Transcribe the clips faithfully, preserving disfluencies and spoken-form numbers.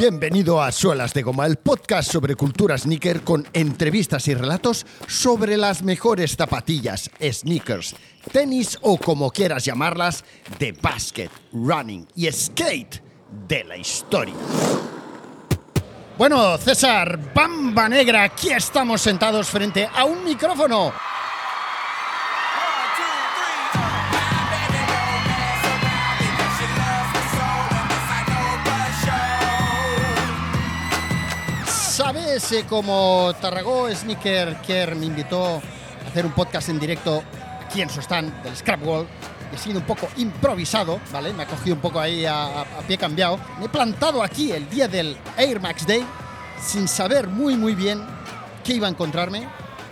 Bienvenido a Suelas de Goma, el podcast sobre cultura sneaker con entrevistas y relatos sobre las mejores zapatillas, sneakers, tenis o como quieras llamarlas, de basket, running y skate de la historia. Bueno, César Bamba Negra, aquí estamos sentados frente a un micrófono. ¿Sabes eh, cómo Tarragó Sneaker Care me invitó a hacer un podcast en directo aquí en su stand del Scrap World? He sido un poco improvisado, ¿vale? Me ha cogido un poco ahí a, a, a pie cambiado. Me he plantado aquí el día del Air Max Day sin saber muy muy bien qué iba a encontrarme.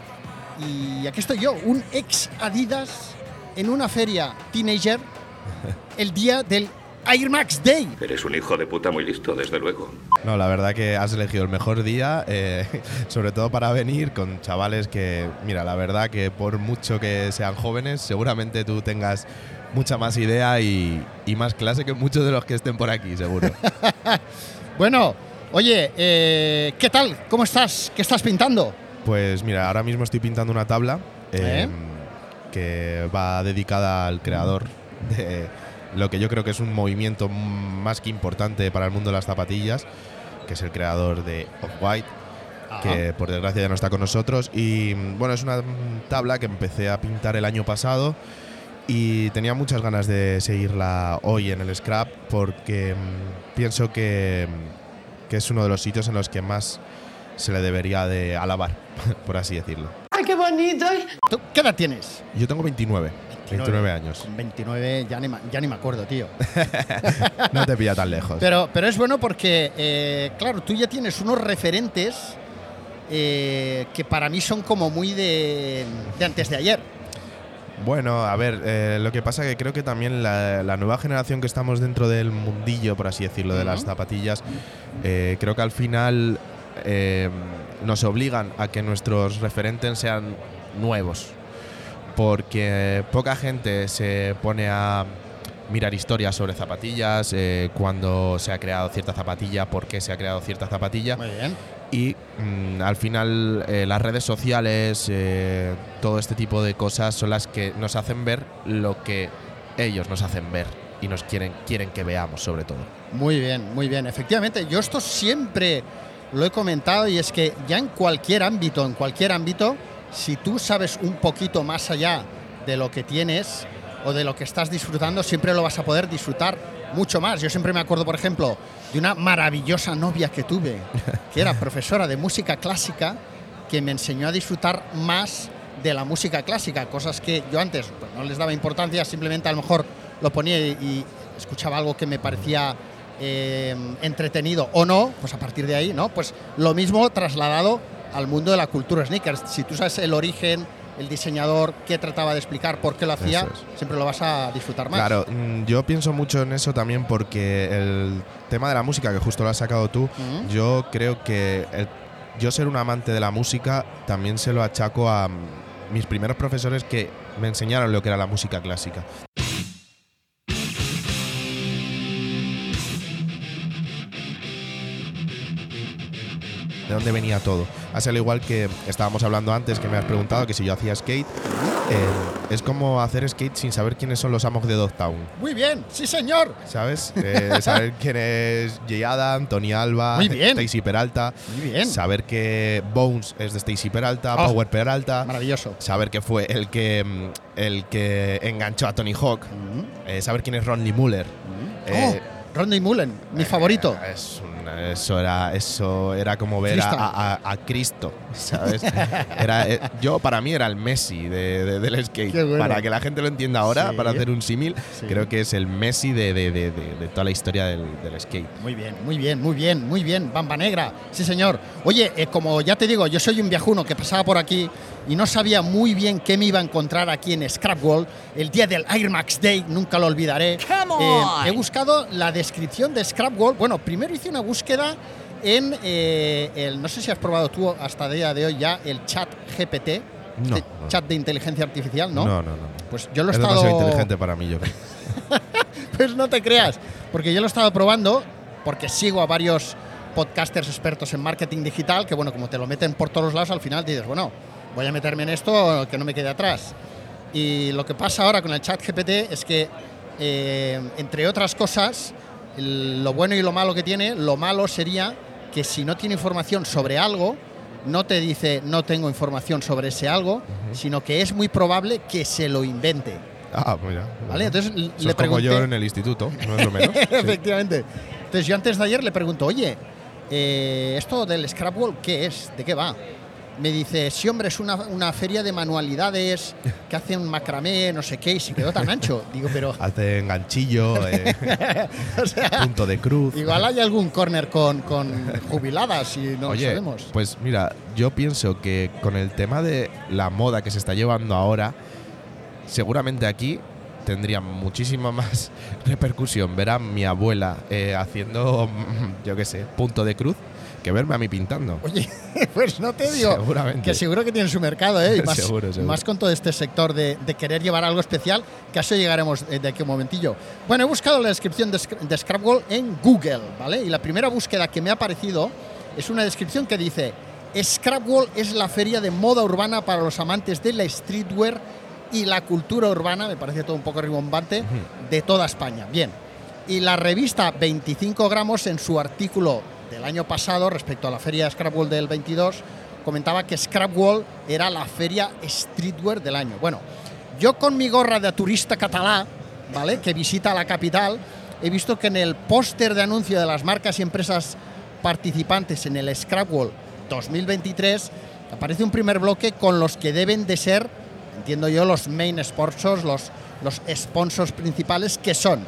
Y aquí estoy yo, un ex Adidas en una feria teenager el día del Air Max Day. Eres un hijo de puta muy listo, desde luego. No, la verdad que has elegido el mejor día, eh, sobre todo para venir con chavales que, mira, la verdad que por mucho que sean jóvenes, seguramente tú tengas mucha más idea y, y más clase que muchos de los que estén por aquí, seguro. Bueno, oye, eh, ¿qué tal? ¿Cómo estás? ¿Qué estás pintando? Pues mira, ahora mismo estoy pintando una tabla eh, ¿Eh? que va dedicada al creador de lo que yo creo que es un movimiento más que importante para el mundo de las zapatillas, que es el creador de Off-White, que por desgracia ya no está con nosotros. Y bueno, es una tabla que empecé a pintar el año pasado y tenía muchas ganas de seguirla hoy en el Scrap porque mmm, pienso que, que es uno de los sitios en los que más se le debería de alabar, por así decirlo. ¡Ay, qué bonito! ¿Tú qué edad tienes? Yo tengo veintinueve. veintinueve años. Con veintinueve ya ni, ya ni me acuerdo, tío. No te pilla tan lejos. Pero, pero es bueno porque, eh, claro, tú ya tienes unos referentes eh, que para mí son como muy de, de antes de ayer. Bueno, a ver, eh, lo que pasa es que creo que también la, la nueva generación que estamos dentro del mundillo, por así decirlo, de uh-huh. las zapatillas, eh, creo que al final eh, nos obligan a que nuestros referentes sean nuevos. Porque poca gente se pone a mirar historias sobre zapatillas, eh, cuando se ha creado cierta zapatilla, por qué se ha creado cierta zapatilla. Muy bien. Y mmm, al final eh, las redes sociales, eh, todo este tipo de cosas son las que nos hacen ver lo que ellos nos hacen ver y nos quieren, quieren que veamos, sobre todo. Muy bien, muy bien. Efectivamente, yo esto siempre lo he comentado y es que ya en cualquier ámbito, en cualquier ámbito, si tú sabes un poquito más allá de lo que tienes o de lo que estás disfrutando, siempre lo vas a poder disfrutar mucho más. Yo siempre me acuerdo, por ejemplo, de una maravillosa novia que tuve, que era profesora de música clásica, que me enseñó a disfrutar más de la música clásica, cosas que yo antes pues, no les daba importancia, simplemente a lo mejor lo ponía y, y escuchaba algo que me parecía eh, entretenido o no, pues a partir de ahí, ¿no? Pues lo mismo trasladado al mundo de la cultura sneakers. Si tú sabes el origen, el diseñador, qué trataba de explicar, por qué lo hacía, es. siempre lo vas a disfrutar más. Claro, yo pienso mucho en eso también porque el tema de la música, que justo lo has sacado tú, uh-huh. yo creo que el, yo ser un amante de la música también se lo achaco a mis primeros profesores que me enseñaron lo que era la música clásica. ¿De dónde venía todo? Así al igual que estábamos hablando antes, que me has preguntado que si yo hacía skate, eh, es como hacer skate sin saber quiénes son los amos de Dogtown. Muy bien, sí señor. ¿Sabes? Eh, saber quién es Jay Adam, Tony Alba, Stacy Peralta. Muy bien. Saber que Bones es de Stacy Peralta, oh, Power Peralta. Maravilloso. Saber que fue el que, el que enganchó a Tony Hawk. Uh-huh. Eh, saber quién es Ronnie Muller. Uh-huh. Eh, oh, Ronnie Mullen, mi eh, favorito. Es un Eso era, eso era como ver a, a, a Cristo, ¿sabes? Era, eh, yo, para mí era el Messi de, de, del skate. Bueno. Para que la gente lo entienda ahora, sí. para hacer un símil, sí. creo que es el Messi de, de, de, de, de toda la historia del, del skate. Muy bien, muy bien, muy bien, muy bien. Bamba Negra, sí señor. Oye, eh, como ya te digo, yo soy un viajuno que pasaba por aquí y no sabía muy bien qué me iba a encontrar aquí en Scrap World el día del Air Max Day, nunca lo olvidaré. Eh, he buscado la descripción de Scrap World. Bueno, primero hice una búsqueda en eh, el, no sé si has probado tú hasta el día de hoy ya el chat G P T, no, este no. chat de inteligencia artificial, ¿no? No, no, no. Pues yo lo he es estado… demasiado inteligente para mí, yo creo. Pues no te creas, porque yo lo he estado probando, porque sigo a varios podcasters expertos en marketing digital, que bueno, como te lo meten por todos los lados, al final dices, bueno, voy a meterme en esto, que no me quede atrás. Y lo que pasa ahora con el ChatGPT es que, eh, entre otras cosas, el, lo bueno y lo malo que tiene, lo malo sería que si no tiene información sobre algo, no te dice no tengo información sobre ese algo, uh-huh. sino que es muy probable que se lo invente. Ah, mira. ¿Vale? Entonces Eso le es pregunté, como yo en el instituto, no es lo menos. Efectivamente. Entonces yo antes de ayer le pregunto, oye, eh, esto del Scrapwall, ¿qué es? ¿De qué va? Me dice, sí, hombre, es una, una feria de manualidades que hacen macramé, no sé qué, y se quedó tan ancho. Digo, pero... Hacen ganchillo, eh, o sea, punto de cruz. Igual hay algún corner con, con jubiladas y no Oye, lo sabemos. Pues mira, yo pienso que con el tema de la moda que se está llevando ahora, seguramente aquí tendría muchísima más repercusión ver a mi abuela eh, haciendo, yo qué sé, punto de cruz, que verme a mí pintando. Oye, pues no te digo Seguramente. que seguro que tiene su mercado, ¿eh? Y más, seguro, seguro. más con todo este sector de, de querer llevar algo especial, que a eso llegaremos de aquí a un momentillo. Bueno, he buscado la descripción de, de Scrapwall en Google, ¿vale? Y la primera búsqueda que me ha aparecido es una descripción que dice: Scrapwall es la feria de moda urbana para los amantes de la streetwear y la cultura urbana, me parece todo un poco rimbombante, uh-huh. de toda España. Bien. Y la revista veinticinco gramos, en su artículo del año pasado respecto a la feria Scrapwall del veintidós, comentaba que Scrapwall era la feria streetwear del año. Bueno, yo con mi gorra de turista catalá, ¿vale?, que visita la capital, he visto que en el póster de anuncio de las marcas y empresas participantes en el Scrapwall dos mil veintitrés aparece un primer bloque con los que deben de ser, entiendo yo, los main sponsors, los, los sponsors principales, que son...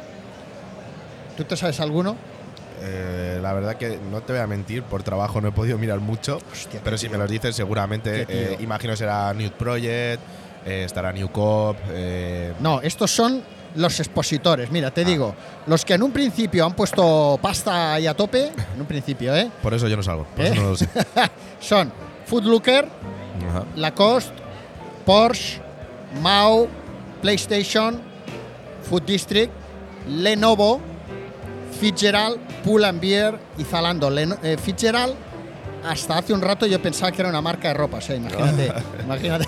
¿Tú te sabes alguno? Eh, la verdad que no te voy a mentir, por trabajo no he podido mirar mucho. Hostia, pero si tío. me los dices seguramente, eh, imagino será Nude Project, eh, estará New Cop. Eh. No, estos son los expositores. Mira, te ah. digo, los que en un principio han puesto pasta ahí a tope, en un principio, ¿eh? Por eso yo no salgo, por ¿Eh? eso no lo sé. Son Foot Locker, Ajá. Lacoste, Porsche, Mau, PlayStation, Food District, Lenovo, Fitzgerald, Pull and Bear y Zalando. Len- eh, Fitzgerald, hasta hace un rato yo pensaba que era una marca de ropa, o sea, imagínate, imagínate.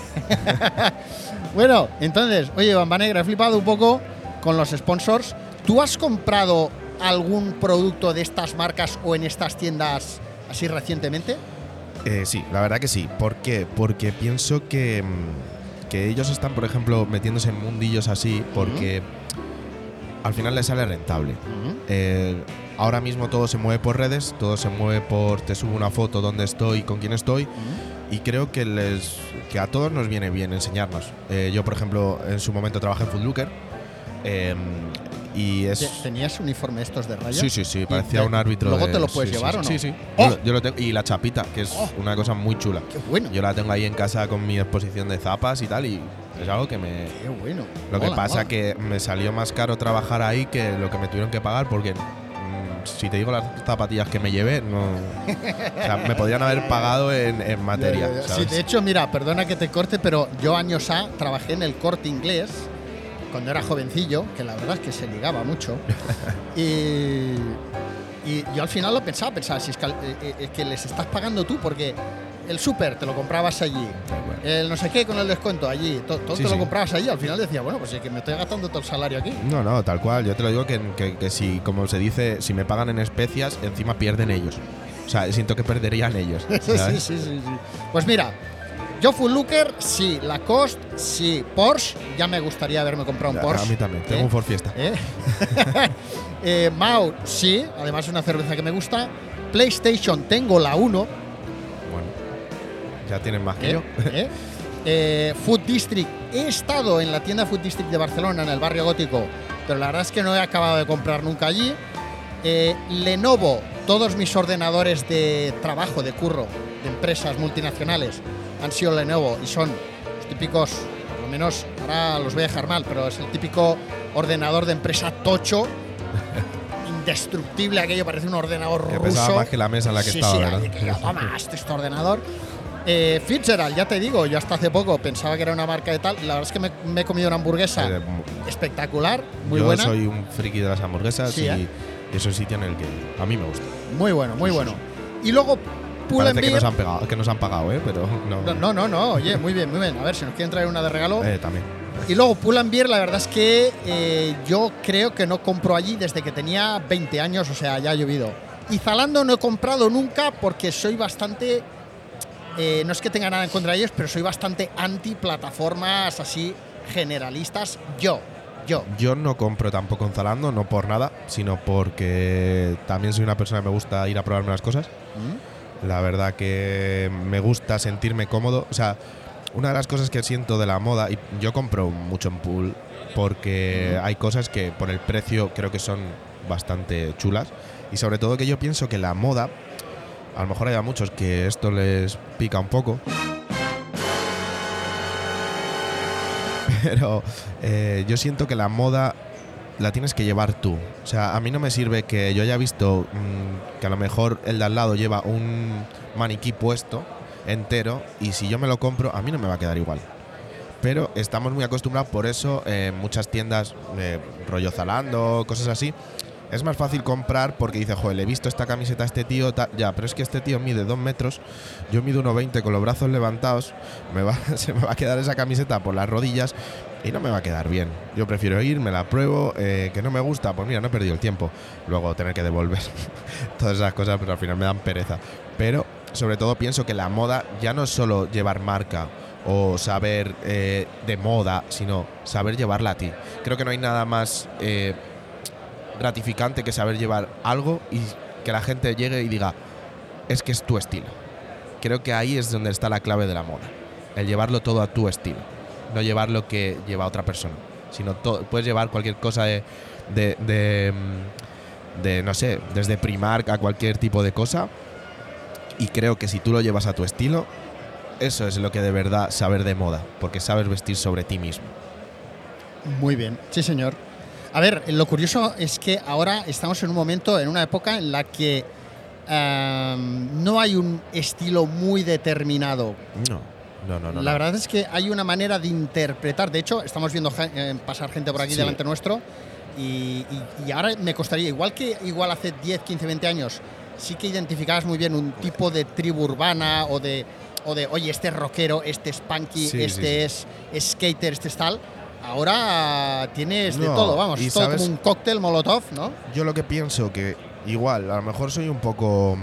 Bueno, entonces, oye, Bamba Negra, he flipado un poco con los sponsors. ¿Tú has comprado algún producto de estas marcas o en estas tiendas así recientemente? Eh, sí, la verdad que sí. ¿Por qué? Porque pienso que, que ellos están, por ejemplo, metiéndose en mundillos así porque... Uh-huh. Al final les sale rentable. Uh-huh. Eh, ahora mismo todo se mueve por redes, todo se mueve por te subo una foto donde estoy, con quién estoy, uh-huh. y creo que les que a todos nos viene bien enseñarnos. Eh, yo, por ejemplo, en su momento trabajé en Foot Locker, eh, y es ¿Tenías uniforme estos de rayas? Sí, sí, sí, parecía un árbitro. ¿Luego de, te lo puedes sí, llevar sí, o no? Sí, sí. ¡Oh! Yo, lo, yo lo tengo, y la chapita, que es ¡Oh! una cosa muy chula. ¡Qué bueno! Yo la tengo ahí en casa con mi exposición de zapas y tal, y es algo que me... ¡Qué bueno! Lo mola, que pasa mola. que me salió más caro trabajar ahí que lo que me tuvieron que pagar, porque mmm, si te digo las zapatillas que me llevé, no... O sea, me podrían haber pagado en, en materia, Ya, ya, ya. ¿sabes? Sí, de hecho, mira, perdona que te corte, pero yo años A trabajé en el Corte Inglés cuando era jovencillo, que la verdad es que se ligaba mucho. y, y yo al final lo pensaba, pensaba, si es que, eh, eh, que les estás pagando tú, porque el súper te lo comprabas allí, bueno. el no sé qué con el descuento allí, todo, todo Sí, te sí. lo comprabas allí. Al final decía, bueno, pues es que me estoy gastando todo el salario aquí. No, no, tal cual. Yo te lo digo que, que, que si, como se dice, si me pagan en especias, encima pierden ellos. O sea, siento que perderían ellos. sí, ¿sabes? sí, sí, sí, sí. Pues mira, yo Foot Locker, sí. Lacoste, sí. Porsche, ya me gustaría haberme comprado un Porsche. A mí también, tengo ¿Eh? un Ford Fiesta. ¿Eh? eh, Mau, sí, además es una cerveza que me gusta. PlayStation, tengo la uno. Bueno, ya tienen más que ¿Eh? yo. ¿Eh? Eh, Food District, he estado en la tienda Food District de Barcelona, en el barrio gótico, pero la verdad es que no he acabado de comprar nunca allí. Eh, Lenovo, todos mis ordenadores de trabajo, de curro, de empresas multinacionales han sido Lenovo y son los típicos, por lo menos ahora los voy a dejar mal, pero es el típico ordenador de empresa tocho, indestructible, aquello parece un ordenador Que ruso. pesaba más que la mesa en la que sí, estaba, sí, ¿verdad? ahí, que, toma, este, este ordenador. Eh, Fitzgerald, ya te digo, yo hasta hace poco pensaba que era una marca de tal. La verdad es que me, me he comido una hamburguesa Eh, espectacular, muy yo buena. soy un friki de las hamburguesas Sí, y ¿eh? es un sitio en el que a mí me gusta. Muy bueno, muy Sí, bueno. sí. Y luego Pull&Bear… Parece que nos han, pegado, que nos han pagado, ¿eh? Pero no. No, no, no, no, oye, muy bien, muy bien. A ver, si nos quieren traer una de regalo… Eh, también. Y luego Pull&Bear, la verdad es que eh, yo creo que no compro allí desde que tenía veinte años, o sea, ya ha llovido. Y Zalando no he comprado nunca porque soy bastante… Eh, no es que tenga nada en contra de ellos, pero soy bastante anti plataformas así generalistas. Yo, yo. Yo no compro tampoco en Zalando, no por nada, sino porque también soy una persona que me gusta ir a probarme las cosas. ¿Mm? La verdad que me gusta sentirme cómodo. O sea, una de las cosas que siento de la moda, y yo compro mucho en Pool porque ¿Mm? hay cosas que por el precio creo que son bastante chulas. Y sobre todo que yo pienso que la moda… A lo mejor hay a muchos que esto les pica un poco. Pero eh, yo siento que la moda la tienes que llevar tú. O sea, a mí no me sirve que yo haya visto mmm, que a lo mejor el de al lado lleva un maniquí puesto entero y si yo me lo compro, a mí no me va a quedar igual. Pero estamos muy acostumbrados, por eso en eh, muchas tiendas, eh, rollo Zalando, cosas así, es más fácil comprar porque dice, joder, le he visto esta camiseta a este tío, ta, ya, pero es que este tío mide dos metros, yo mido uno veinte con los brazos levantados, me va, se me va a quedar esa camiseta por las rodillas y no me va a quedar bien. Yo prefiero ir, me la pruebo, eh, que no me gusta, pues mira, no he perdido el tiempo. Luego tener que devolver todas esas cosas, pero al final me dan pereza. Pero sobre todo pienso que la moda ya no es solo llevar marca o saber eh, de moda, sino saber llevarla a ti. Creo que no hay nada más… Eh, gratificante que saber llevar algo y que la gente llegue y diga, es que es tu estilo. Creo que ahí es donde está la clave de la moda, el llevarlo todo a tu estilo, no llevar lo que lleva otra persona, sino todo, puedes llevar cualquier cosa de, de, de, de, no sé, desde Primark a cualquier tipo de cosa, y creo que si tú lo llevas a tu estilo, eso es lo que de verdad saber de moda, porque sabes vestir sobre ti mismo. Muy bien, sí señor. A ver, lo curioso es que ahora estamos en un momento, en una época en la que um, no hay un estilo muy determinado. No, no, no. no la no. verdad es que hay una manera de interpretar. De hecho, estamos viendo eh, pasar gente por aquí sí. delante nuestro y, y, y ahora me costaría, igual que igual hace diez, quince, veinte años, sí que identificabas muy bien un tipo de tribu urbana o de, o de oye, este es rockero, este es punky, sí, este sí, sí. es skater, este es tal… Ahora tienes no, de todo, vamos, es todo sabes, como un cóctel molotov, ¿no? Yo lo que pienso que igual, a lo mejor soy un poco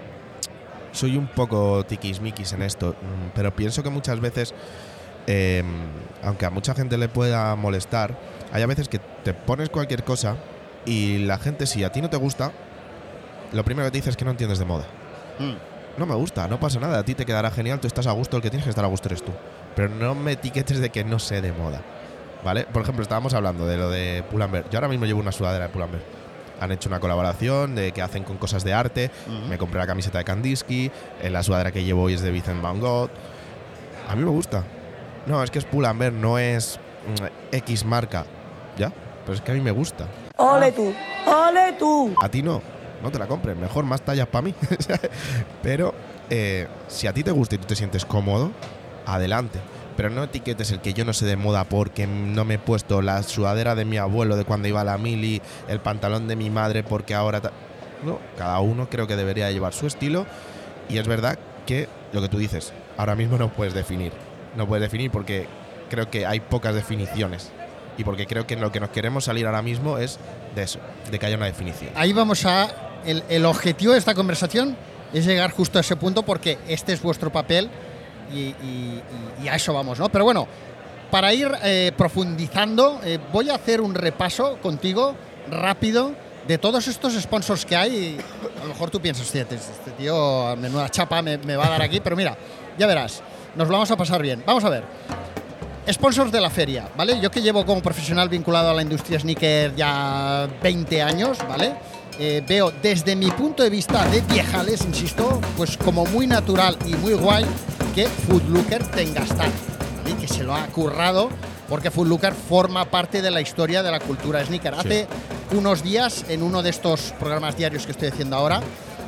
soy un poco tiquismiquis en esto, pero pienso que muchas veces, eh, aunque a mucha gente le pueda molestar, hay a veces que te pones cualquier cosa y la gente, si a ti no te gusta, lo primero que te dice es que no entiendes de moda. Mm. No me gusta, no pasa nada, a ti te quedará genial, tú estás a gusto, el que tienes que estar a gusto eres tú. Pero no me etiquetes de que no sé de moda. ¿Vale? Por ejemplo, estábamos hablando de lo de Pull&Bear. Yo ahora mismo llevo una sudadera de Pull&Bear. Han hecho una colaboración de que hacen con cosas de arte. Uh-huh. Me compré la camiseta de Kandinsky. La sudadera que llevo hoy es de Vincent Van Gogh. A mí me gusta. No, es que es Pull&Bear, no es mm, X marca. ¿Ya? Pero es que a mí me gusta. ¡Ole tú! ¡Ole tú! A ti no. No te la compres. Mejor más tallas para mí. Pero eh, si a ti te gusta y tú te sientes cómodo, adelante. Pero no etiquetes el que yo no sé de moda porque no me he puesto la sudadera de mi abuelo de cuando iba a la mili, el pantalón de mi madre porque ahora… Ta- no, cada uno creo que debería llevar su estilo y es verdad que lo que tú dices, ahora mismo no puedes definir. No puedes definir porque creo que hay pocas definiciones y porque creo que en lo que nos queremos salir ahora mismo es de eso, de que haya una definición. Ahí vamos a… El, el objetivo de esta conversación es llegar justo a ese punto porque este es vuestro papel. Y, y, y a eso vamos, ¿no? Pero bueno, para ir eh, profundizando, eh, voy a hacer un repaso contigo rápido de todos estos sponsors que hay. A lo mejor tú piensas, hostia, este tío, menuda chapa me, me va a dar aquí, pero mira, ya verás, nos lo vamos a pasar bien. Vamos a ver. Sponsors de la feria, ¿vale? Yo que llevo como profesional vinculado a la industria sneaker ya veinte años, ¿vale? Eh, veo desde mi punto de vista de viejales, insisto, pues como muy natural y muy guay que Foot Locker tenga stand, ¿vale? Que se lo ha currado porque Foot Locker forma parte de la historia de la cultura sneaker. Sí. Hace unos días, en uno de estos programas diarios que estoy haciendo ahora,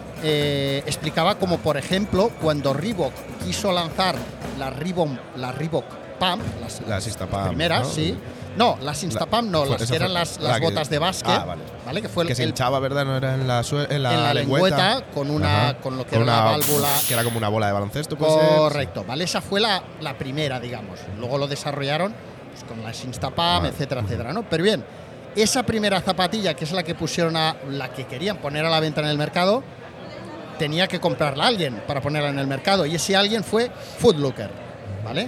eh, explicaba como, por ejemplo, cuando Reebok quiso lanzar la Reebok, la Reebok Pump, las, la Sista Pump, primeras, ¿no? sí, No, las Instapump no, fue- las esa que eran fue- las, la las que- botas de básquet, Ah, vale. ¿vale? Que fue el, Que se el- hinchaba, ¿verdad? No era en la, sue- en la, en la lengüeta, con una Ajá. con lo que Con era la una- válvula. Que era como una bola de baloncesto, puede ser. Correcto, ¿vale? Esa fue la, la primera, digamos. Luego lo desarrollaron pues, con las Instapump, Vale. etcétera, etcétera, ¿no? Pero bien, esa primera zapatilla, que es la que pusieron a la que querían poner a la venta en el mercado, tenía que comprarla alguien para ponerla en el mercado, y ese alguien fue Foot Locker, ¿vale?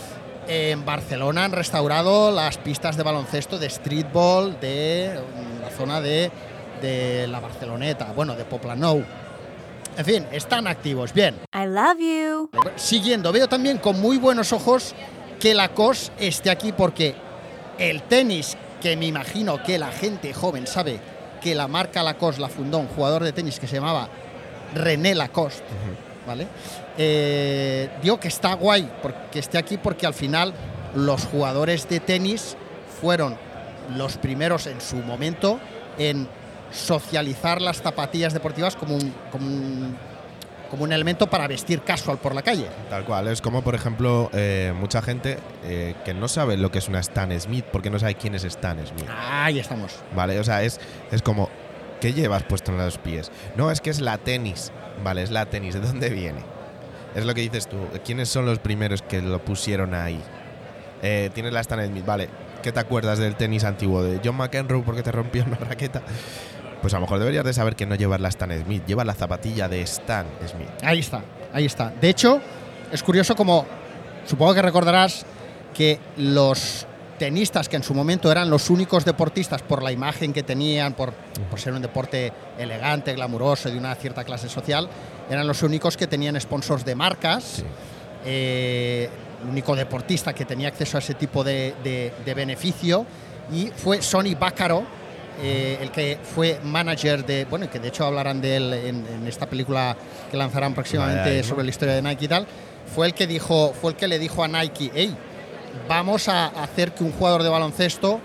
En Barcelona han restaurado las pistas de baloncesto de streetball de mm, la zona de, de la Barceloneta, bueno, de Poblenou. En fin, están activos. Bien. I love you. Siguiendo, veo también con muy buenos ojos que Lacoste esté aquí, porque el tenis, que me imagino que la gente joven sabe que la marca Lacoste la fundó un jugador de tenis que se llamaba René Lacoste, ¿vale? Eh, digo que está guay porque esté aquí, porque al final los jugadores de tenis fueron los primeros en su momento en socializar las zapatillas deportivas como un, como un, como un elemento para vestir casual por la calle. Tal cual, es como por ejemplo eh, mucha gente eh, que no sabe lo que es una Stan Smith porque no sabe quién es Stan Smith. Ahí estamos. Vale, o sea, es, es como, ¿qué llevas puesto en los pies? No, es que es la tenis. Vale, es la tenis. ¿De dónde viene? Es lo que dices tú. ¿Quiénes son los primeros que lo pusieron ahí? Eh, tienes la Stan Smith, vale. ¿Qué te acuerdas del tenis antiguo? ¿De John McEnroe porque te rompió una raqueta? Pues a lo mejor deberías de saber que no llevas la Stan Smith, llevas la zapatilla de Stan Smith. Ahí está, ahí está. De hecho, es curioso como, supongo que recordarás que los tenistas que en su momento eran los únicos deportistas por la imagen que tenían, por, por ser un deporte elegante, glamuroso, de una cierta clase social, eran los únicos que tenían sponsors de marcas. Sí. Eh, el único deportista que tenía acceso a ese tipo de, de, de beneficio, y fue Sonny Vaccaro, eh, el que fue manager de, bueno, que de hecho hablarán de él en, en esta película que lanzarán próximamente Vale, ¿no? sobre la historia de Nike y tal. Fue el que dijo, fue el que le dijo a Nike, hey, vamos a hacer que un jugador de baloncesto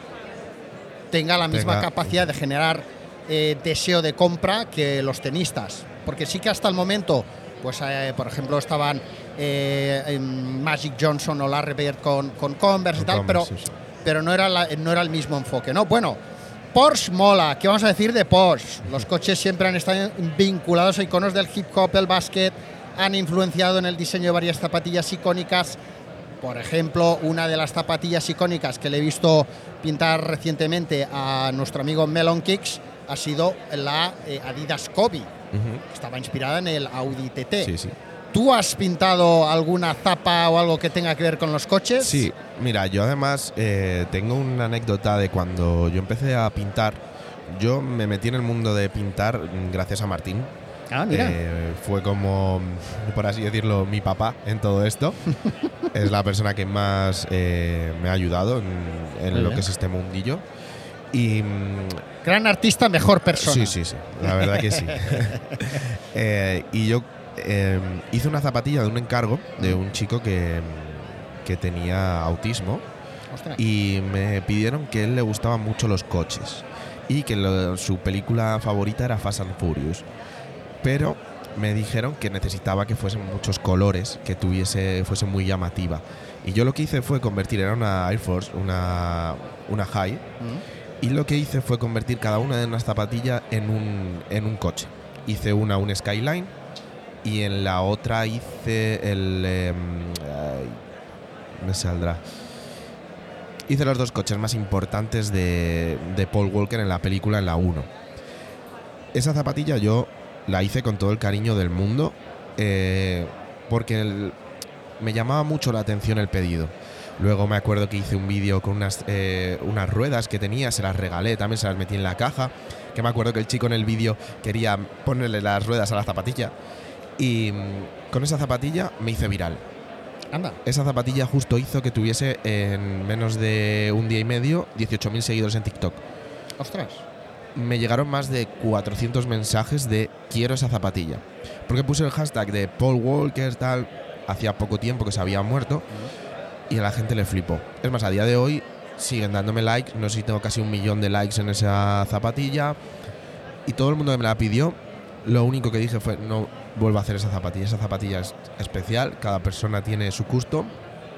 tenga la misma Tenga- capacidad de generar eh, deseo de compra que los tenistas, porque sí que hasta el momento, pues eh, por ejemplo estaban eh, em, Magic Johnson o Larry Bird con, con Converse y Con tal, Converse, pero, sí, sí. pero no era la- no era el mismo enfoque, ¿no? Bueno, Porsche mola. ¿Qué vamos a decir de Porsche? Los coches siempre han estado vinculados a iconos del hip hop, el básquet, han influenciado en el diseño de varias zapatillas icónicas. Por ejemplo, una de las zapatillas icónicas que le he visto pintar recientemente a nuestro amigo Melon Kicks ha sido la eh, Adidas Kobe. Ujú. Estaba inspirada en el Audi T T. Sí, sí. ¿Tú has pintado alguna zapa o algo que tenga que ver con los coches? Sí, mira, yo además eh, tengo una anécdota de cuando yo empecé a pintar. Yo me metí en el mundo de pintar gracias a Martín. Ah, mira. Eh, fue como, por así decirlo, mi papá en todo esto. Es la persona que más eh, me ha ayudado en, en Muy lo bien. que es este mundillo. Y mm, Gran artista, mejor persona. sí, sí, sí, la verdad que sí. Eh, y yo eh, hice una zapatilla de un encargo de un chico que, que tenía autismo. Ostras. Y me pidieron que a él le gustaban mucho los coches y que lo- su película favorita era Fast and Furious. Pero me dijeron que necesitaba que fuesen muchos colores, que tuviese fuese muy llamativa. Y yo lo que hice fue convertir, era una Air Force, una, una High, Mm. y lo que hice fue convertir cada una de unas zapatillas en un, en un coche. Hice una, un Skyline, y en la otra hice el... em, ay, me saldrá. Hice los dos coches más importantes de, de Paul Walker en la película, en la uno. Esa zapatilla yo la hice con todo el cariño del mundo, eh, porque el- me llamaba mucho la atención el pedido. Luego me acuerdo que hice un vídeo con unas, eh, unas ruedas que tenía, se las regalé, también se las metí en la caja. Que me acuerdo que el chico en el vídeo quería ponerle las ruedas a la zapatilla. Y mm, con esa zapatilla me hice viral. Anda. Esa zapatilla justo hizo que tuviese en menos de un día y medio dieciocho mil seguidores en TikTok. Ostras. Me llegaron más de cuatrocientos mensajes de quiero esa zapatilla. Porque puse el hashtag de Paul Walker, tal, hacía poco tiempo que se había muerto, y a la gente le flipó. Es más, a día de hoy siguen dándome likes, no sé si tengo casi un millón de likes en esa zapatilla, y todo el mundo que me la pidió, lo único que dije fue no vuelvo a hacer esa zapatilla. Esa zapatilla es especial, cada persona tiene su gusto,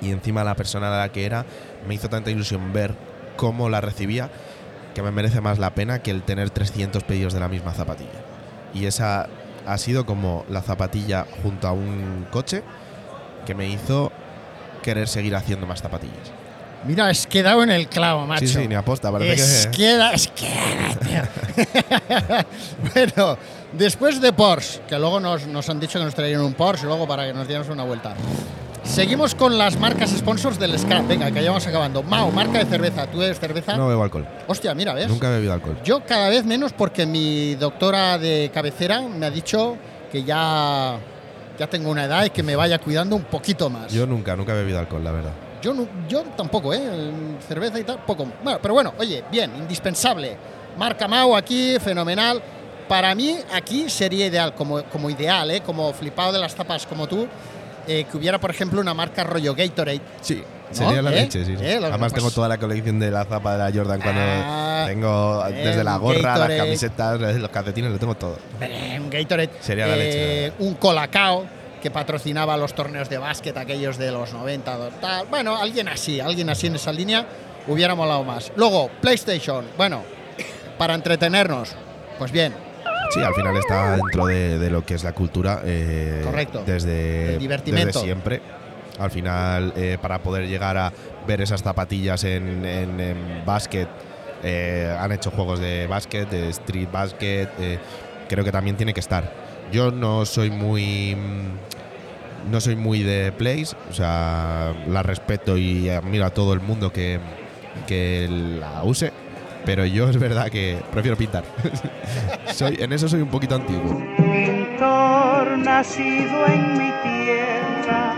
y encima la persona a la que era me hizo tanta ilusión ver cómo la recibía, que me merece más la pena que el tener trescientos pedidos de la misma zapatilla. Y esa ha sido como la zapatilla junto a un coche que me hizo querer seguir haciendo más zapatillas. Mira, es quedado en el clavo, macho. Sí, sí, ni aposta, parece es que… Queda, es queda, tío. Bueno, después de Porsche, que luego nos, nos han dicho que nos traían un Porsche, luego para que nos diéramos una vuelta. Seguimos con las marcas sponsors del Scrap. Venga, que ya vamos acabando. Mao, marca de cerveza. ¿Tú bebes cerveza? No bebo alcohol. Hostia, mira, ¿ves? Nunca he bebido alcohol. Yo cada vez menos porque mi doctora de cabecera me ha dicho que ya, ya tengo una edad y que me vaya cuidando un poquito más. Yo nunca, nunca he bebido alcohol, la verdad. Yo, no, yo tampoco, ¿eh? Cerveza y tal, poco. Bueno, pero bueno, oye, bien, indispensable. Marca Mao aquí, fenomenal. Para mí, aquí sería ideal, como, como ideal, ¿eh? Como flipado de las tapas como tú, eh, que hubiera, por ejemplo, una marca rollo Gatorade. Sí, ¿no? sería la ¿Eh? leche, sí. sí. ¿Eh? Lo, Además pues, tengo toda la colección de la zapa de la Jordan cuando ah, tengo eh, desde la gorra, Gatorade, las camisetas, los calcetines, lo tengo todo. eh, un Gatorade. Sería la eh, leche. Un Colacao, que patrocinaba los torneos de básquet, aquellos de los noventa, tal. Bueno, alguien así, alguien así en esa línea hubiera molado más. Luego, PlayStation, bueno, para entretenernos, pues bien. Sí, al final está dentro de, de lo que es la cultura. Eh, Correcto. Desde, El divertimento. desde siempre. Al final, eh, para poder llegar a ver esas zapatillas en, en, en básquet, eh, han hecho juegos de básquet, de street basket. Eh, creo que también tiene que estar. Yo no soy muy… No soy muy de plays, o sea, la respeto y admiro a todo el mundo que, que la use, pero yo es verdad que prefiero pintar. soy, en eso soy un poquito antiguo. Pintor nacido en mi tierra,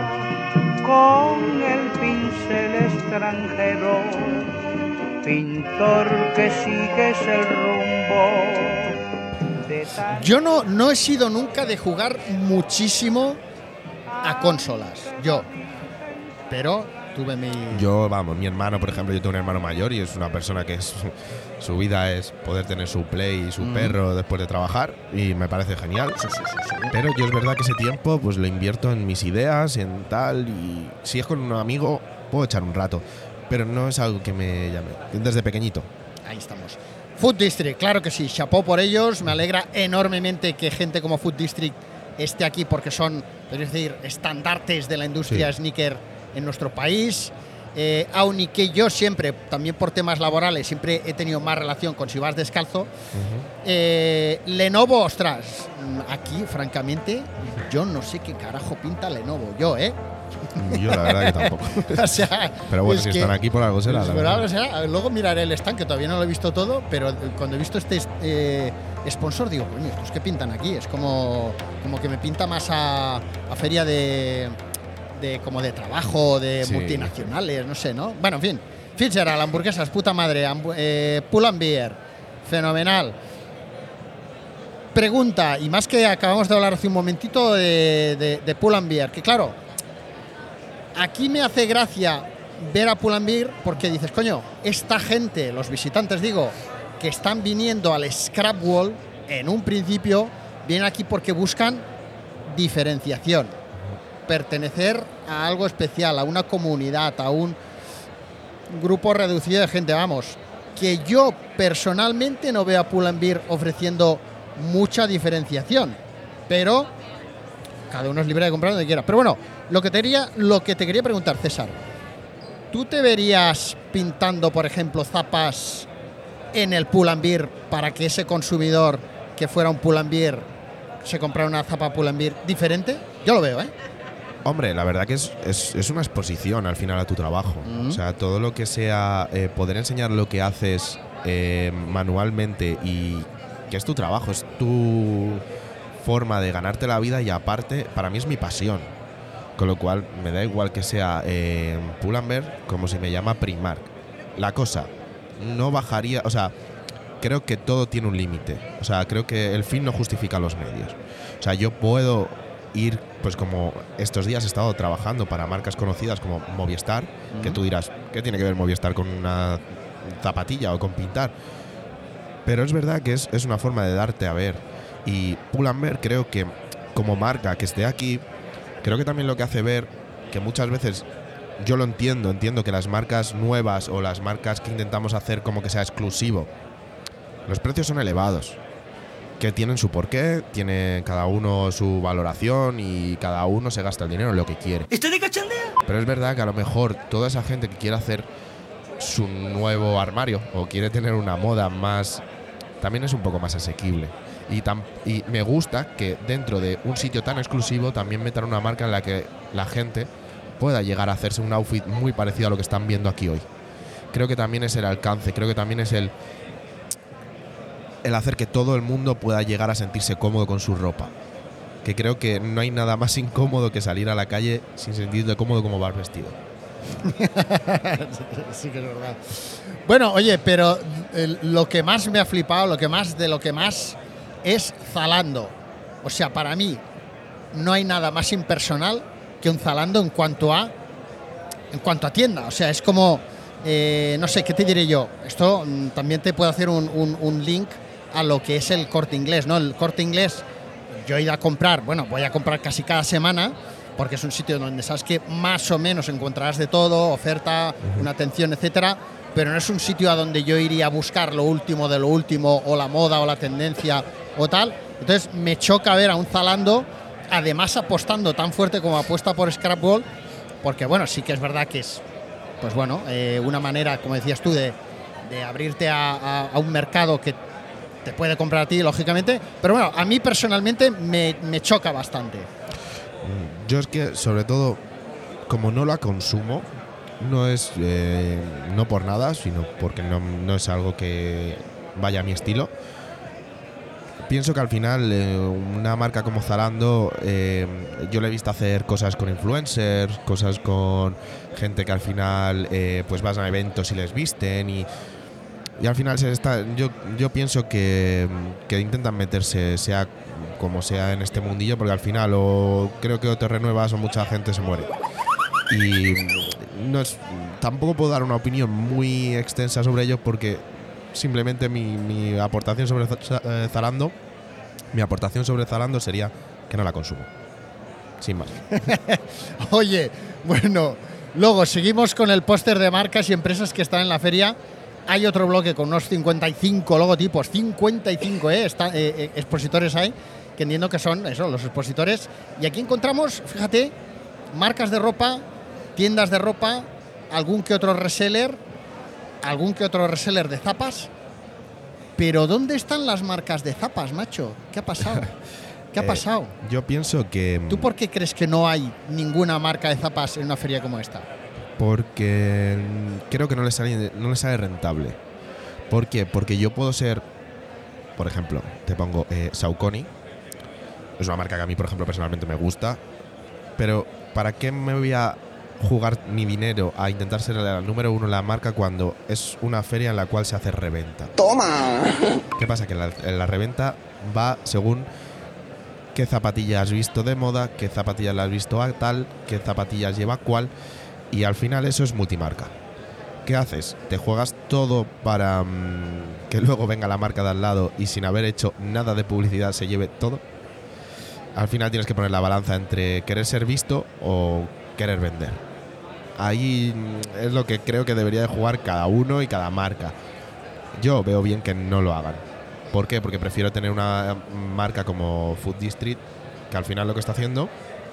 con el pincel extranjero, pintor que sigues el rumbo. Yo no, no he sido nunca de jugar muchísimo a consolas, yo. Pero tuve mi… Yo, vamos, mi hermano, por ejemplo, yo tengo un hermano mayor y es una persona que es, su vida es poder tener su Play y su mm. perro después de trabajar y me parece genial. Sí, sí, sí, sí. Pero yo es verdad que ese tiempo pues lo invierto en mis ideas, en tal, y si es con un amigo puedo echar un rato, pero no es algo que me llame desde pequeñito. Ahí estamos. Food District, claro que sí, chapó por ellos, me alegra enormemente que gente como Food District esté aquí porque son, es decir, estandartes de la industria sí. sneaker en nuestro país. Eh, aun y que yo siempre, también por temas laborales, siempre he tenido más relación con si vas descalzo. Uh-huh. eh, Lenovo, ostras, aquí, francamente, yo no sé qué carajo pinta Lenovo, yo, ¿eh? Yo la verdad que tampoco. O sea, pero bueno, si que, están aquí por algo será. Pues por algo será. Luego miraré el stand, que todavía no lo he visto todo, pero cuando he visto este eh, sponsor digo, coño, ¿estos qué pintan aquí? Es como, como que me pinta más a, a feria de, de como de trabajo, de sí. multinacionales, no sé, ¿no? Bueno, en fin. Fitzgerald, hamburguesas, puta madre, hambu eh, Pull and Beer, fenomenal. Pregunta, y más que acabamos de hablar hace un momentito de, de, de Pull and Beer, que claro, aquí me hace gracia ver a Pull and Beer porque dices, coño, esta gente, los visitantes digo, que están viniendo al Scrap Wall, en un principio, vienen aquí porque buscan diferenciación, pertenecer a algo especial, a una comunidad, a un grupo reducido de gente, vamos, que yo personalmente no veo a Pull and Beer ofreciendo mucha diferenciación, pero cada uno es libre de comprar donde quiera. Pero bueno, lo que te quería, lo que te quería preguntar, César, ¿tú te verías pintando, por ejemplo, zapas en el Pull and Beer para que ese consumidor que fuera un Pull and Beer se comprara una zapa Pull and Beer diferente? Yo lo veo, ¿eh? Hombre, la verdad que es, es, es una exposición al final a tu trabajo. Mm-hmm. O sea, todo lo que sea eh, poder enseñar lo que haces eh, manualmente y que es tu trabajo, es tu forma de ganarte la vida y aparte, para mí es mi pasión. Con lo cual, me da igual que sea eh, Pull and Bear como si me llama Primark. La cosa, no bajaría, o sea, creo que todo tiene un límite. O sea, creo que el fin no justifica los medios. O sea, yo puedo ir, pues como estos días he estado trabajando para marcas conocidas como Movistar, uh-huh. que tú dirás, ¿qué tiene que ver Movistar con una zapatilla o con pintar? Pero es verdad que es, es una forma de darte a ver. Y Pull and Bear creo que como marca que esté aquí, creo que también lo que hace ver que muchas veces yo lo entiendo, entiendo que las marcas nuevas o las marcas que intentamos hacer como que sea exclusivo, los precios son elevados, que tienen su porqué, tiene cada uno su valoración y cada uno se gasta el dinero en lo que quiere. ¿Estoy de cachondeo? Pero es verdad que a lo mejor toda esa gente que quiere hacer su nuevo armario o quiere tener una moda más, también es un poco más asequible. Y, tam, y me gusta que dentro de un sitio tan exclusivo también metan una marca en la que la gente pueda llegar a hacerse un outfit muy parecido a lo que están viendo aquí hoy. Creo que también es el alcance, creo que también es el, el hacer que todo el mundo pueda llegar a sentirse cómodo con su ropa. Que creo que no hay nada más incómodo que salir a la calle sin sentirte cómodo como vas vestido. Sí que es verdad. Bueno, oye, pero el, lo que más me ha flipado, lo que más de lo que más es Zalando. O sea, para mí no hay nada más impersonal que un Zalando en cuanto a en cuanto a tienda. O sea, es como eh, no sé, ¿qué te diré yo? Esto mm, también te puedo hacer un, un, un link a lo que es el Corte Inglés, ¿no? El Corte Inglés, yo he ido a comprar, bueno, voy a comprar casi cada semana, porque es un sitio donde sabes que más o menos encontrarás de todo, oferta, una atención, etcétera, pero no es un sitio a donde yo iría a buscar lo último de lo último, o la moda, o la tendencia, o tal. Entonces me choca ver a un Zalando, además apostando tan fuerte como apuesta por Scrap World, porque bueno, sí que es verdad que es, pues bueno, eh, una manera, como decías tú, de, de abrirte a, a, a un mercado que te puede comprar a ti, lógicamente, pero bueno, a mí personalmente me, me choca bastante. Yo es que, sobre todo, como no la consumo, no es eh, no por nada, sino porque no, no es algo que vaya a mi estilo. Pienso que al final eh, una marca como Zalando, eh, yo le he visto hacer cosas con influencers, cosas con gente que al final eh, pues vas a eventos y les visten y, y al final se está, yo, yo pienso que, que intentan meterse sea como sea en este mundillo, porque al final o creo que o te renuevas o mucha gente se muere. Y no es, tampoco puedo dar una opinión muy extensa sobre ello porque simplemente mi, mi aportación sobre Zalando mi aportación sobre Zalando sería que no la consumo. Sin más. Oye, bueno, luego seguimos con el póster de marcas y empresas que están en la feria. Hay otro bloque con unos cincuenta y cinco logotipos, cincuenta y cinco ¿eh? Está, eh, eh, expositores hay, que entiendo que son eso, los expositores. Y aquí encontramos, fíjate, marcas de ropa, tiendas de ropa, algún que otro reseller, algún que otro reseller de zapas. Pero ¿dónde están las marcas de zapas, macho? ¿Qué ha pasado? ¿Qué ha eh, pasado? Yo pienso que... ¿Tú por qué crees que no hay ninguna marca de zapas en una feria como esta? Porque creo que no les sale, no les sale rentable. ¿Por qué? Porque yo puedo ser, por ejemplo, te pongo eh, Saucony. Es una marca que a mí, por ejemplo, personalmente me gusta. Pero ¿para qué me voy a jugar mi dinero a intentar ser el número uno en la marca cuando es una feria en la cual se hace reventa? ¡Toma! ¿Qué pasa? Que la, la reventa va según qué zapatillas has visto de moda, qué zapatillas las has visto a tal, qué zapatillas lleva cuál, y al final eso es multimarca. ¿Qué haces? Te juegas todo para mmm, que luego venga la marca de al lado y sin haber hecho nada de publicidad se lleve todo. Al final tienes que poner la balanza entre querer ser visto o querer vender. Ahí es lo que creo que debería de jugar cada uno y cada marca. Yo veo bien que no lo hagan. ¿Por qué? Porque prefiero tener una marca como Food District, que al final lo que está haciendo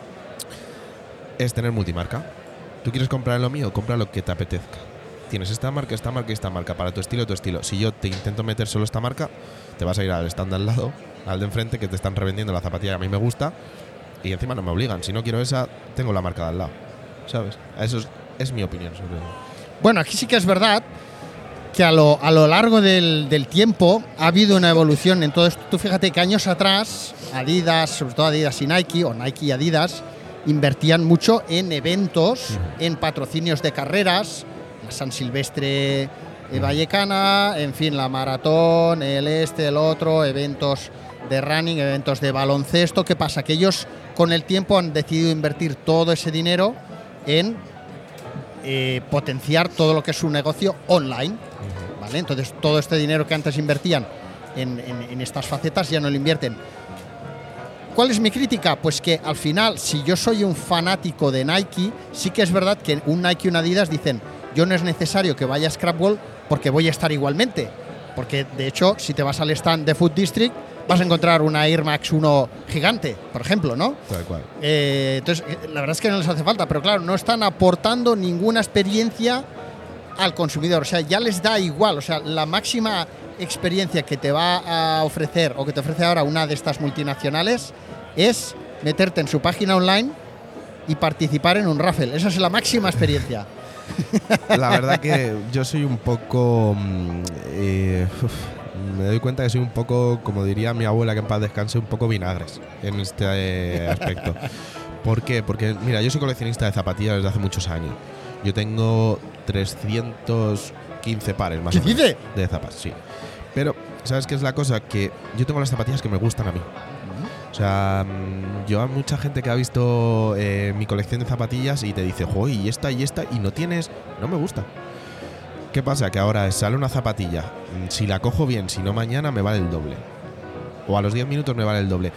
es tener multimarca. Tú quieres comprar lo mío, compra lo que te apetezca. Tienes esta marca, esta marca y esta marca. Para tu estilo, tu estilo. Si yo te intento meter solo esta marca, te vas a ir al stand al lado, al de enfrente, que te están revendiendo la zapatilla que a mí me gusta, y encima no me obligan. Si no quiero esa, tengo la marca de al lado. ¿Sabes? Eso es, es mi opinión sobre eso. Bueno, aquí sí que es verdad que a lo, a lo largo del, del tiempo ha habido una evolución en todo esto. Tú fíjate que años atrás Adidas, sobre todo Adidas y Nike, o Nike y Adidas, invertían mucho en eventos, uh-huh. en patrocinios de carreras, la San Silvestre uh-huh. Vallecana, en fin, la maratón, el este, el otro, eventos de running, eventos de baloncesto. ¿Qué pasa? Que ellos con el tiempo han decidido invertir todo ese dinero en eh, potenciar todo lo que es su negocio online, uh-huh. ¿vale? Entonces todo este dinero que antes invertían en, en, en estas facetas ya no lo invierten. ¿Cuál es mi crítica? Pues que al final, si yo soy un fanático de Nike, sí que es verdad que un Nike y un Adidas dicen, yo no es necesario que vaya a Scrap World porque voy a estar igualmente. Porque, de hecho, si te vas al stand de Food District, vas a encontrar una Air Max uno gigante, por ejemplo, ¿no? Tal cual. Eh, entonces, la verdad es que no les hace falta, pero claro, no están aportando ninguna experiencia al consumidor. O sea, ya les da igual. O sea, la máxima experiencia que te va a ofrecer o que te ofrece ahora una de estas multinacionales es meterte en su página online y participar en un raffle. Esa es la máxima experiencia. La verdad que yo soy un poco… Eh, uf, me doy cuenta que soy un poco, como diría mi abuela, que en paz descanse, un poco vinagres en este eh, aspecto. ¿Por qué? Porque, mira, yo soy coleccionista de zapatillas desde hace muchos años. Yo tengo trescientos quince pares más ¿Qué o menos dice? de zapatos, sí. Pero, ¿sabes qué es la cosa? Que yo tengo las zapatillas que me gustan a mí. O sea, yo a mucha gente que ha visto eh, mi colección de zapatillas y te dice, joder, y esta y esta, y no tienes, no me gusta. ¿Qué pasa? Que ahora sale una zapatilla, si la cojo bien, si no mañana me vale el doble. O a los diez minutos me vale el doble.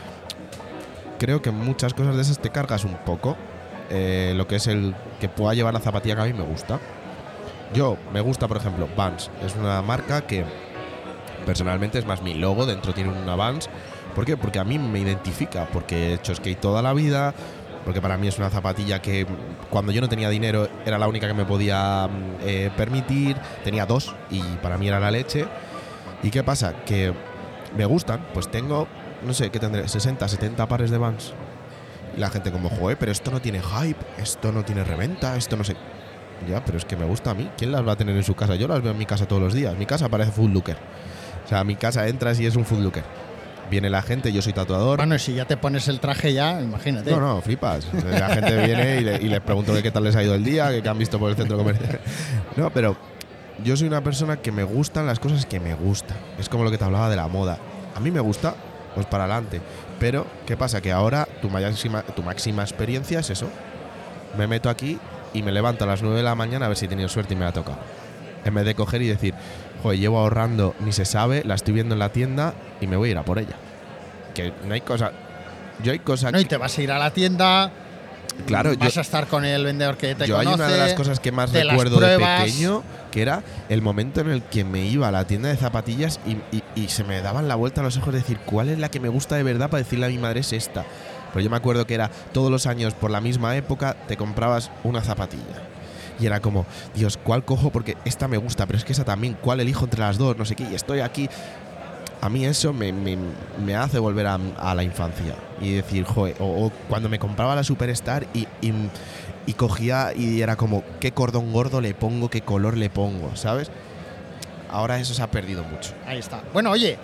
Creo que muchas cosas de esas te cargas un poco. Eh, lo que es el que pueda llevar la zapatilla que a mí me gusta. Yo, me gusta, por ejemplo, Vans. Es una marca que personalmente es más mi logo, dentro tiene una Vans. ¿Por qué? Porque a mí me identifica, porque he hecho skate toda la vida, porque para mí es una zapatilla que cuando yo no tenía dinero era la única que me podía eh, permitir, tenía dos y para mí era la leche. ¿Y qué pasa? Que me gustan, pues tengo, no sé, ¿qué tendré? sesenta, setenta pares de Vans. Y la gente como, joder, pero esto no tiene hype, esto no tiene reventa, esto no sé… Ya, pero es que me gusta a mí. ¿Quién las va a tener en su casa? Yo las veo en mi casa todos los días. Mi casa parece Foot Locker. O sea, mi casa entras y es un Foot Locker. Viene la gente, yo soy tatuador. Bueno, si ya te pones el traje ya, imagínate. No, no, flipas. La gente viene y, le, y les pregunto que qué tal les ha ido el día, que qué han visto por el centro comercial. No, pero yo soy una persona que me gustan las cosas que me gustan. Es como lo que te hablaba de la moda. A mí me gusta, pues para adelante. Pero, ¿qué pasa? Que ahora tu máxima, tu máxima experiencia es eso. Me meto aquí y me levanto a las nueve de la mañana a ver si he tenido suerte y me ha tocado. En vez de coger y decir, joder, llevo ahorrando, ni se sabe, la estoy viendo en la tienda y me voy a ir a por ella. Que no hay cosa… Yo hay cosas… No, y te vas a ir a la tienda, claro, vas yo, a estar con el vendedor que te yo conoce. Hay una de las cosas que más de recuerdo de pruebas. pequeño, que era el momento en el que me iba a la tienda de zapatillas y, y, y se me daban la vuelta a los ojos de decir, ¿cuál es la que me gusta de verdad para decirle a mi madre es esta? Pero yo me acuerdo que era todos los años por la misma época te comprabas una zapatilla. Y era como, Dios, ¿cuál cojo? Porque esta me gusta, pero es que esa también, ¿cuál elijo entre las dos? No sé qué, y estoy aquí. A mí eso me, me, me hace volver a, a la infancia. Y decir, joder, o, o cuando me compraba la Superstar y, y, y cogía y era como, ¿qué cordón gordo le pongo? ¿Qué color le pongo? ¿Sabes? Ahora eso se ha perdido mucho. Ahí está. Bueno, oye,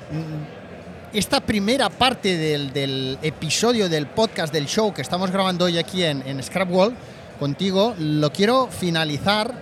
esta primera parte del, del episodio del podcast del show que estamos grabando hoy aquí en, en Scrap World contigo, lo quiero finalizar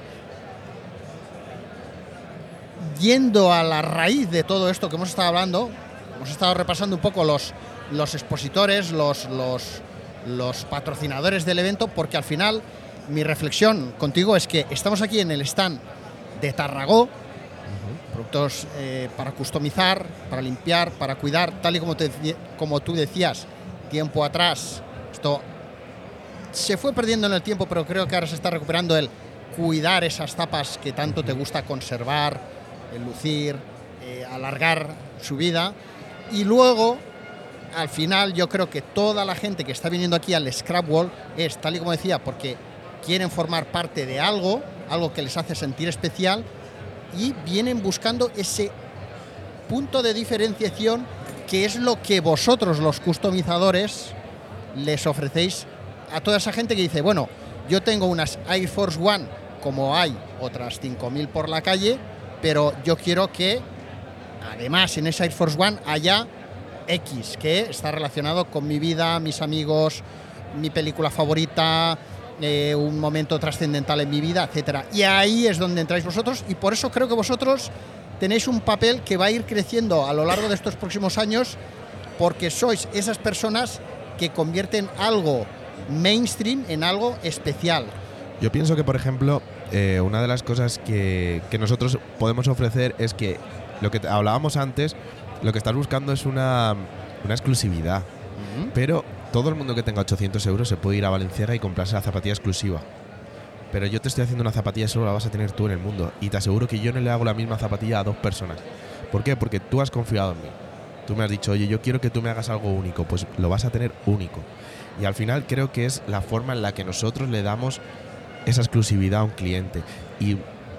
yendo a la raíz de todo esto que hemos estado hablando. Hemos estado repasando un poco los, los expositores, los, los, los patrocinadores del evento, porque al final mi reflexión contigo es que estamos aquí en el stand de Tarragó, uh-huh. productos eh, para customizar, para limpiar, para cuidar, tal y como, te, como tú decías tiempo atrás. Esto se fue perdiendo en el tiempo, pero creo que ahora se está recuperando el cuidar esas tapas que tanto te gusta conservar, el lucir, eh, alargar su vida. Y luego, al final, yo creo que toda la gente que está viniendo aquí al Scrap World es, tal y como decía, porque quieren formar parte de algo, algo que les hace sentir especial, y vienen buscando ese punto de diferenciación que es lo que vosotros, los customizadores, les ofrecéis a toda esa gente que dice, bueno, yo tengo unas Air Force One, como hay otras cinco mil por la calle, pero yo quiero que, además, en esa Air Force One haya X, que está relacionado con mi vida, mis amigos, mi película favorita, eh, un momento trascendental en mi vida, etcétera. Y ahí es donde entráis vosotros, y por eso creo que vosotros tenéis un papel que va a ir creciendo a lo largo de estos próximos años, porque sois esas personas que convierten algo mainstream en algo especial. Yo pienso que, por ejemplo, eh, una de las cosas que, que nosotros podemos ofrecer es que lo que hablábamos antes, lo que estás buscando es una, una exclusividad. Uh-huh. Pero todo el mundo que tenga ochocientos euros se puede ir a Balenciaga y comprarse la zapatilla exclusiva. Pero yo te estoy haciendo una zapatilla y solo la vas a tener tú en el mundo. Y te aseguro que yo no le hago la misma zapatilla a dos personas. ¿Por qué? Porque tú has confiado en mí. Tú me has dicho, oye, yo quiero que tú me hagas algo único. Pues lo vas a tener único. Y al final creo que es la forma en la que nosotros le damos esa exclusividad a un cliente. Y,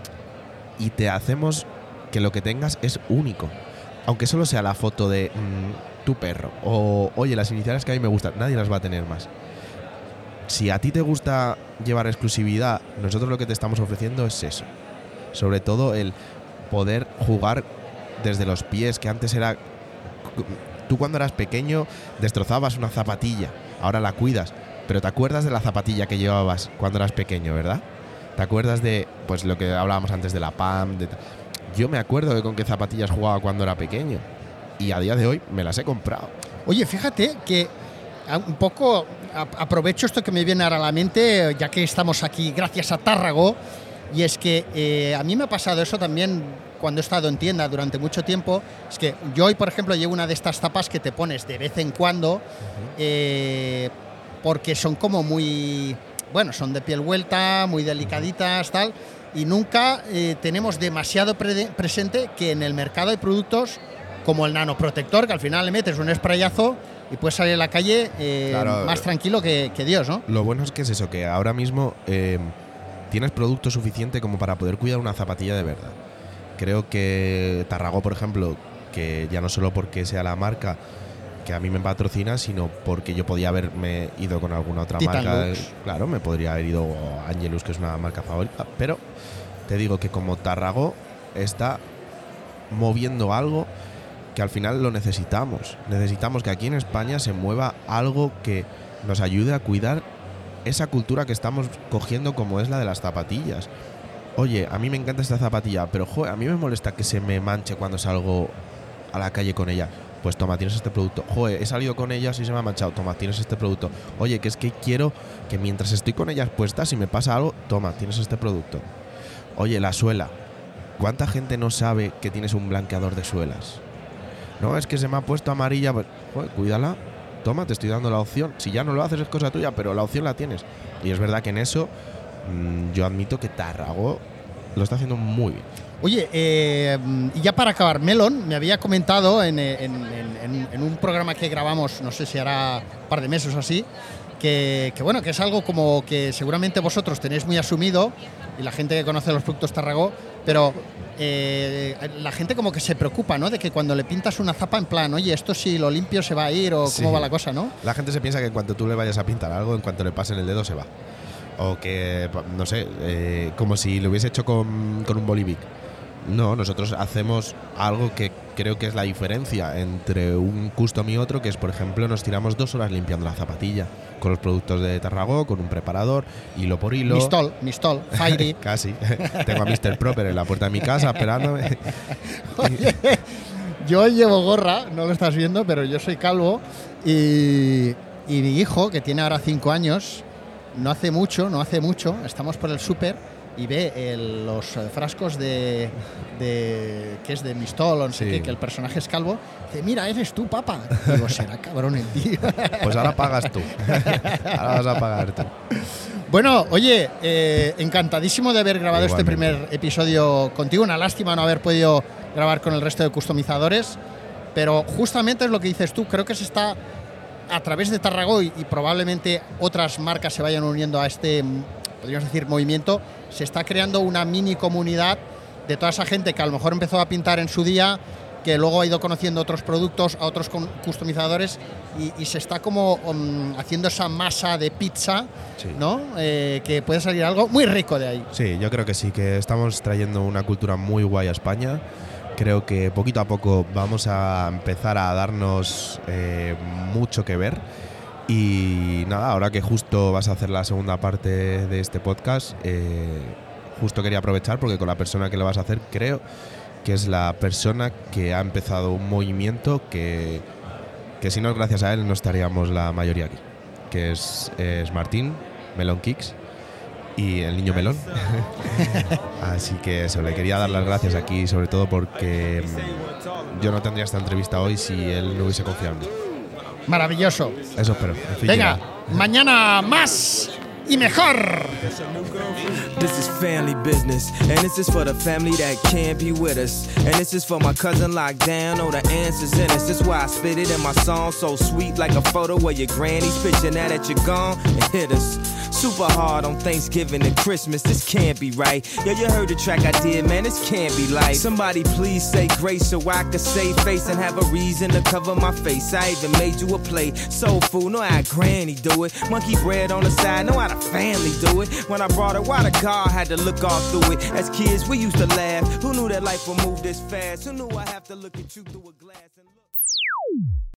y te hacemos que lo que tengas es único. Aunque solo sea la foto de mmm, tu perro. O, oye, las iniciales que a mí me gustan. Nadie las va a tener más. Si a ti te gusta llevar exclusividad, nosotros lo que te estamos ofreciendo es eso. Sobre todo el poder jugar desde los pies, que antes era... Tú cuando eras pequeño destrozabas una zapatilla, ahora la cuidas, pero te acuerdas de la zapatilla que llevabas cuando eras pequeño, ¿verdad? ¿Te acuerdas de pues lo que hablábamos antes de la P A M? De Yo me acuerdo de con qué zapatillas jugaba cuando era pequeño y a día de hoy me las he comprado. Oye, fíjate que un poco aprovecho esto que me viene ahora a la mente, ya que estamos aquí gracias a Tárrago, y es que eh, a mí me ha pasado eso también cuando he estado en tienda durante mucho tiempo. Es que yo hoy, por ejemplo, llevo una de estas tapas que te pones de vez en cuando, uh-huh. eh, porque son como muy, bueno, son de piel vuelta, muy delicaditas, uh-huh. tal, y nunca eh, tenemos demasiado pre- presente que en el mercado hay productos como el nanoprotector, que al final le metes un sprayazo y puedes salir a la calle eh, claro, más tranquilo que, que Dios, ¿no? Lo bueno es que es eso, que ahora mismo eh, tienes producto suficiente como para poder cuidar una zapatilla de verdad. Creo que Tárrago, por ejemplo, que ya no solo porque sea la marca que a mí me patrocina, sino porque yo podía haberme ido con alguna otra Titan marca. Lux. Claro, me podría haber ido a Angelus, que es una marca favorita, pero te digo que como Tárrago está moviendo algo que al final lo necesitamos. Necesitamos que aquí en España se mueva algo que nos ayude a cuidar esa cultura que estamos cogiendo, como es la de las zapatillas. Oye, a mí me encanta esta zapatilla, pero joder, a mí me molesta que se me manche cuando salgo a la calle con ella. Pues toma, tienes este producto. Joder, he salido con ellas y se me ha manchado. Toma, tienes este producto. Oye, que es que quiero que mientras estoy con ellas puestas, si me pasa algo, toma, tienes este producto. Oye, la suela. ¿Cuánta gente no sabe que tienes un blanqueador de suelas? No, es que se me ha puesto amarilla. Pues, joder, cuídala. Toma, te estoy dando la opción. Si ya no lo haces es cosa tuya, pero la opción la tienes. Y es verdad que en eso mmm, yo admito que Tárrago lo está haciendo muy bien. Oye, eh, y ya para acabar, Melon me había comentado en, en, en, en un programa que grabamos, no sé si hará un par de meses o así, que, que bueno, que es algo como que seguramente vosotros tenéis muy asumido, y la gente que conoce los productos Tárrago, pero eh, la gente como que se preocupa, ¿no? De que cuando le pintas una zapa, en plan, oye, esto si lo limpio se va a ir, o sí. cómo va la cosa, ¿no? La gente se piensa que en cuanto tú le vayas a pintar algo, en cuanto le pasen el dedo se va. O que, no sé, eh, como si lo hubiese hecho con, con un Bolivic. No, nosotros hacemos algo que creo que es la diferencia entre un custom y otro, que es, por ejemplo, nos tiramos dos horas limpiando la zapatilla con los productos de Tárrago, con un preparador, hilo por hilo. Mistol, Mistol, Fairy. Casi. Tengo a mister Proper en la puerta de mi casa esperándome. Oye, yo llevo gorra, no lo estás viendo, pero yo soy calvo y, y mi hijo, que tiene ahora cinco años, no hace mucho, no hace mucho, estamos por el súper y ve el, los frascos de, de que es de Mistol o no sé sí. qué, que el personaje es calvo. Dice, mira, eres tú, papá. Y digo, será cabrón el tío. Pues ahora pagas tú. Ahora vas a pagar tú. Bueno, oye, eh, encantadísimo de haber grabado Igualmente. este primer episodio contigo. Una lástima no haber podido grabar con el resto de customizadores, pero justamente es lo que dices tú. Creo que se está, a través de Tárrago, y, y probablemente otras marcas se vayan uniendo a este, podríamos decir, movimiento, se está creando una mini comunidad de toda esa gente que a lo mejor empezó a pintar en su día, que luego ha ido conociendo otros productos, a otros customizadores, y, y se está como um, haciendo esa masa de pizza, sí. ¿no? Eh, que puede salir algo muy rico de ahí. Sí, yo creo que sí, que estamos trayendo una cultura muy guay a España. Creo que poquito a poco vamos a empezar a darnos eh, mucho que ver. Y nada, ahora que justo vas a hacer la segunda parte de este podcast, eh, justo quería aprovechar porque con la persona que lo vas a hacer creo que es la persona que ha empezado un movimiento que, que si no es gracias a él no estaríamos la mayoría aquí, que es, es Martín, Melon Kicks y el niño melón. Así que eso, le quería dar las gracias aquí, sobre todo porque yo no tendría esta entrevista hoy si él no hubiese confiado en mí. Maravilloso. Eso espero. Venga, mañana más y mejor. This is family business, and this is for the family that can't be with us. And this is for my cousin locked down, oh, the answer's in us. That's why I spit it in my song, so sweet like a photo of your granny's picture. Now that you're gone, it hit us super hard on Thanksgiving and Christmas. This can't be right. Yo, you heard the track I did, man, this can't be life. Somebody please say grace so I could save face and have a reason to cover my face. I even made you a play. Soul food, know how granny do it. Monkey bread on the side, know how the family do it. When I brought it, why the God had to look all through it. As kids, we used to laugh. Who knew that life would move this fast? Who knew I have to look at you through a glass and look